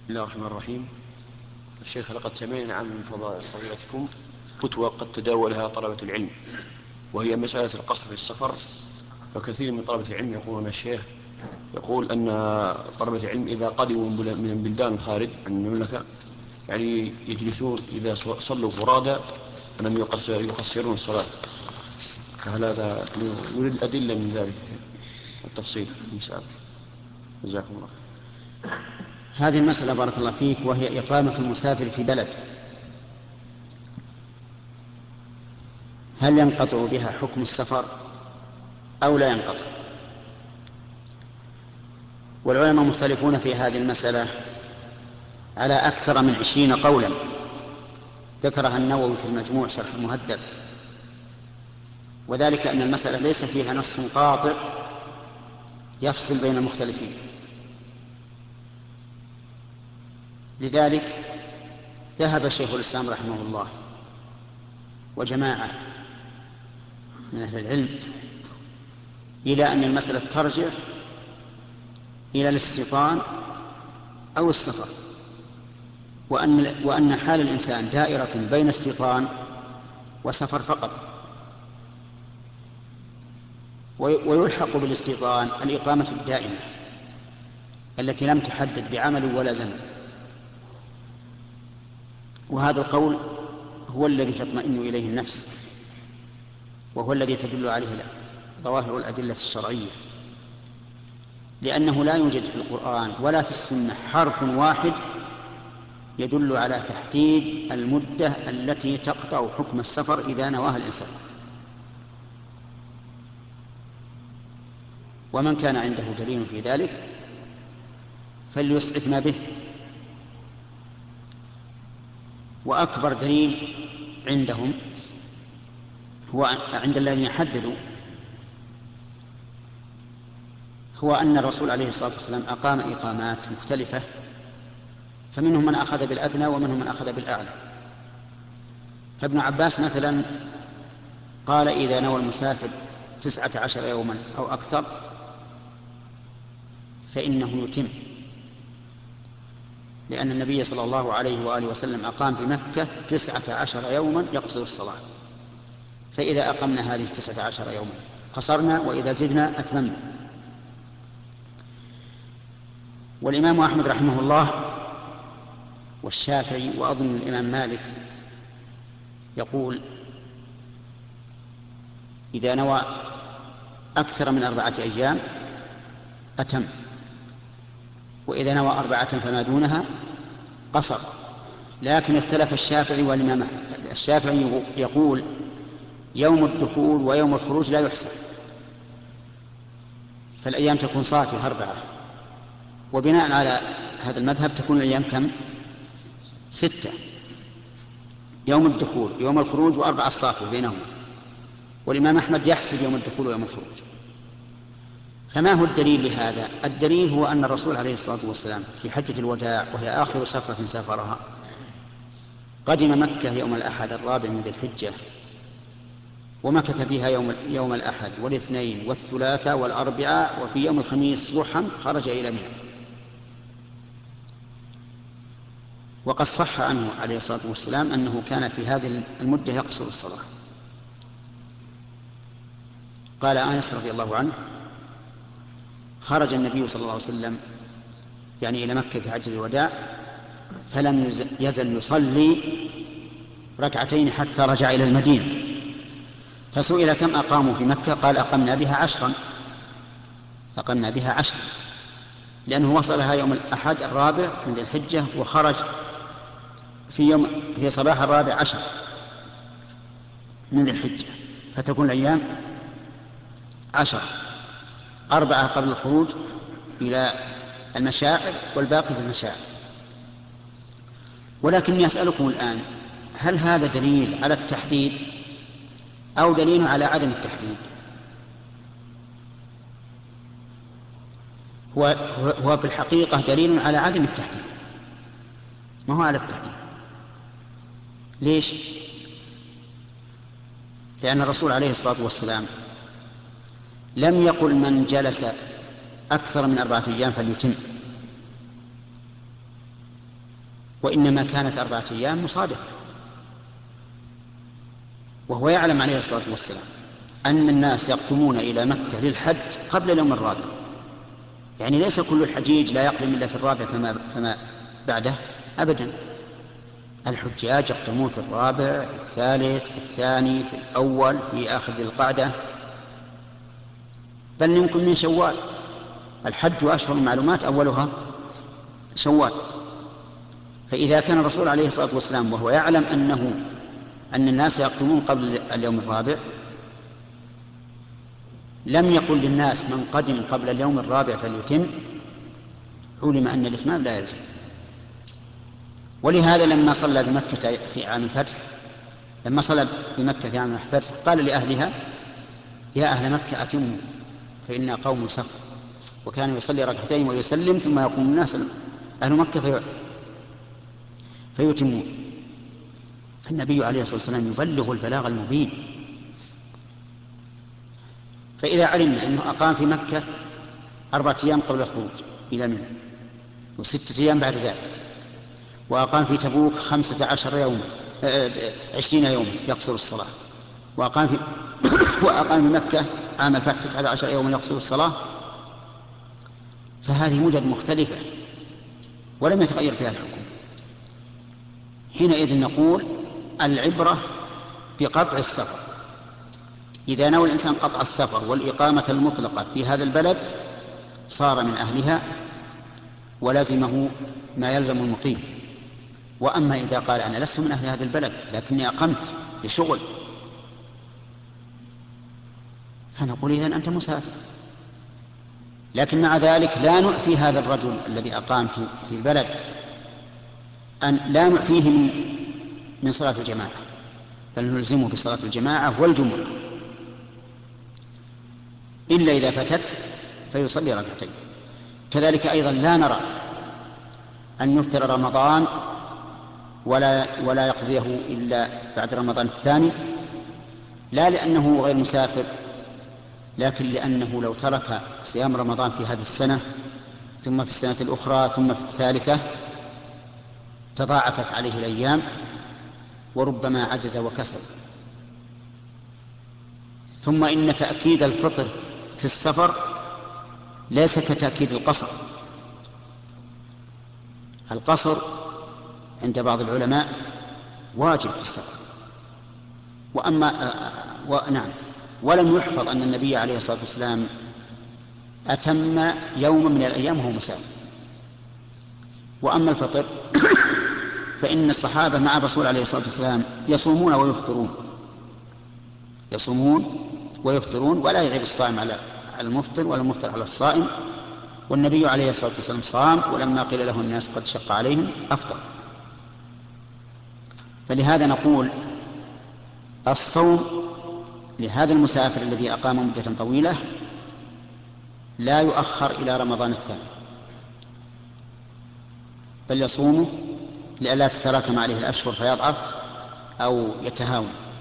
بسم الله الرحمن الرحيم. الشيخ، لقد سمعنا عن فضيلتكم فتوى قد تداولها طلبة العلم، وهي مسألة القصر في السفر. فكثير من طلبة العلم يقولون الشيخ يقول أن طلبة العلم إذا قدموا من بلدان الخارج عن المملكة يعني يجلسون إذا صلوا فرادى أنهم يقصرون الصلاة. فهل هذا نريد أدلة من ذلك التفصيل المسألة؟ جزاكم الله. هذه المسألة بارك الله فيك، وهي إقامة المسافر في بلد، هل ينقطع بها حكم السفر أو لا ينقطع؟ والعلماء مختلفون في هذه المسألة على أكثر من 20 قولا ذكرها النووي في المجموع شرح المهذب، وذلك أن المسألة ليس فيها نص قاطع يفصل بين المختلفين. لذلك ذهب شيخ الإسلام رحمه الله وجماعة من أهل العلم إلى أن المسألة ترجع إلى الاستيطان أو السفر، وأن حال الإنسان دائرة بين استيطان وسفر فقط، ويلحق بالاستيطان الإقامة الدائمة التي لم تحدد بعمل ولا زمن. وهذا القول هو الذي تطمئن إليه النفس، وهو الذي تدل عليه ظواهر الأدلة الشرعية، لأنه لا يوجد في القرآن ولا في السنة حرف واحد يدل على تحديد المدة التي تقطع حكم السفر إذا نواها الإنسان. ومن كان عنده دليل في ذلك فليسعفنا به. وأكبر دليل عندهم هو عند الذين يحددوا هو أن الرسول عليه الصلاة والسلام أقام إقامات مختلفة، فمنهم من أخذ بالأدنى ومنهم من أخذ بالأعلى. فابن عباس مثلا قال إذا نوى المسافر 19 يوما أو أكثر فإنه يتم، لأن النبي صلى الله عليه وآله وسلم أقام بمكة 19 يوما يقصر الصلاة، فإذا أقمنا هذه 19 يوما قصرنا، وإذا زدنا أتممنا. والإمام أحمد رحمه الله والشافعي وأظن الإمام مالك يقول إذا نوى أكثر من 4 أيام أتم، وإذا نوى 4 فما دونها قصر. لكن اختلف الشافعي والإمام أحمد. الشافعي يقول يوم الدخول ويوم الخروج لا يحسب، فالأيام تكون صافية 4، وبناء على هذا المذهب تكون الأيام كم؟ 6، يوم الدخول يوم الخروج و4 الصافية بينهما. والإمام أحمد يحسب يوم الدخول ويوم الخروج. فما هو الدليل لهذا؟ الدليل هو أن الرسول عليه الصلاة والسلام في حجة الوداع، وهي آخر سفرة سافرها، قدم مكة يوم الأحد 4 من ذي الحجة، ومكث فيها يوم الأحد والاثنين والثلاثاء والأربعاء، وفي يوم الخميس ضحى خرج إلى منى. وقد صح عنه عليه الصلاة والسلام أنه كان في هذه المدة يقصر الصلاة. قال أنس رضي الله عنه خرج النبي صلى الله عليه وسلم يعني إلى مكة في حجة الوداع فلم يزل يصلي 2 حتى رجع إلى المدينة، فسئل كم أقاموا في مكة؟ قال أقمنا بها 10. أقمنا بها 10 لأنه وصلها يوم الأحد 4 من ذي الحجة، وخرج في صباح 14 من ذي الحجة، فتكون الأيام 10، 4 قبل الخروج إلى المشاعر والباقي في المشاعر. ولكني أسألكم الآن، هل هذا دليل على التحديد أو دليل على عدم التحديد؟ هو في الحقيقة دليل على عدم التحديد، ما هو على التحديد. ليش؟ لأن الرسول عليه الصلاة والسلام لم يقل من جلس أكثر من 4 أيام فليتم، وإنما كانت 4 أيام مصادفة، وهو يعلم عليه الصلاة والسلام أن الناس يقدمون إلى مكة للحج قبل اليوم الرابع، يعني ليس كل الحجيج لا يقدم إلا في الرابع فما بعده أبدا. الحجاج يقدمون في الرابع، في الثالث، في الثاني، في الأول، في آخر ذي القعدة، بل يمكن من شوال. الحج أشهر المعلومات أولها شوال. فإذا كان الرسول عليه الصلاة والسلام وهو يعلم أن الناس يقدمون قبل اليوم الرابع لم يقل للناس من قدم قبل اليوم الرابع فليتم، علم أن الإتمام لا يلزم. ولهذا لما صلى بمكة في عام الفتح قال لأهلها: يا أهل مكة أتموا فإنا قوم صف. وكان يصلي ركعتين ويسلم ثم يقوم الناس أهل مكة فيتمون. فالنبي عليه الصلاة والسلام يبلغ البلاغ المبين. فإذا علمنا أنه أقام في مكة 4 أيام قبل الخروج إلى منى و6 أيام بعد ذلك، وأقام في تبوك 15 يوما 20 يوما يقصر الصلاة، وأقام في مكة عام الفتح 19 يوما يقصر الصلاة، فهذه مدد مختلفة ولم يتغير فيها الحكم. حينئذ نقول العبرة بقطع السفر. إذا نوى الإنسان قطع السفر والإقامة المطلقة في هذا البلد صار من أهلها ولزمه ما يلزم المقيم. وأما إذا قال: أنا لست من أهل هذا البلد لكني أقمت لشغل، فنقول: إذن أنت مسافر. لكن مع ذلك لا نعفي هذا الرجل الذي أقام في البلد، أن لا نعفيه من صلاة الجماعة، بل نلزمه بصلاة الجماعة والجمعة، إلا إذا فتت فيصلي ركعتين. كذلك أيضا لا نرى أن يفطر رمضان ولا يقضيه إلا بعد رمضان الثاني، لا لأنه غير مسافر، لكن لأنه لو ترك صيام رمضان في هذه السنة ثم في السنة الأخرى ثم في الثالثة تضاعفت عليه الأيام وربما عجز وكسل. ثم إن تأكيد الفطر في السفر ليس كتأكيد القصر. القصر عند بعض العلماء واجب في السفر، ولم يحفظ أن النبي عليه الصلاة والسلام أتم يوم من الأيام وهو مسافر. وأما الفطر فإن الصحابة مع الرسول عليه الصلاة والسلام يصومون ويفطرون ولا يعيب الصائم على المفطر ولا المفطر على الصائم. والنبي عليه الصلاة والسلام صام، ولما قيل له الناس قد شق عليهم أفطر. فلهذا نقول الصوم لهذا المسافر الذي أقام مدة طويلة لا يؤخر إلى رمضان الثاني، بل يصومه لئلا تتراكم عليه الأشهر فيضعف أو يتهاون.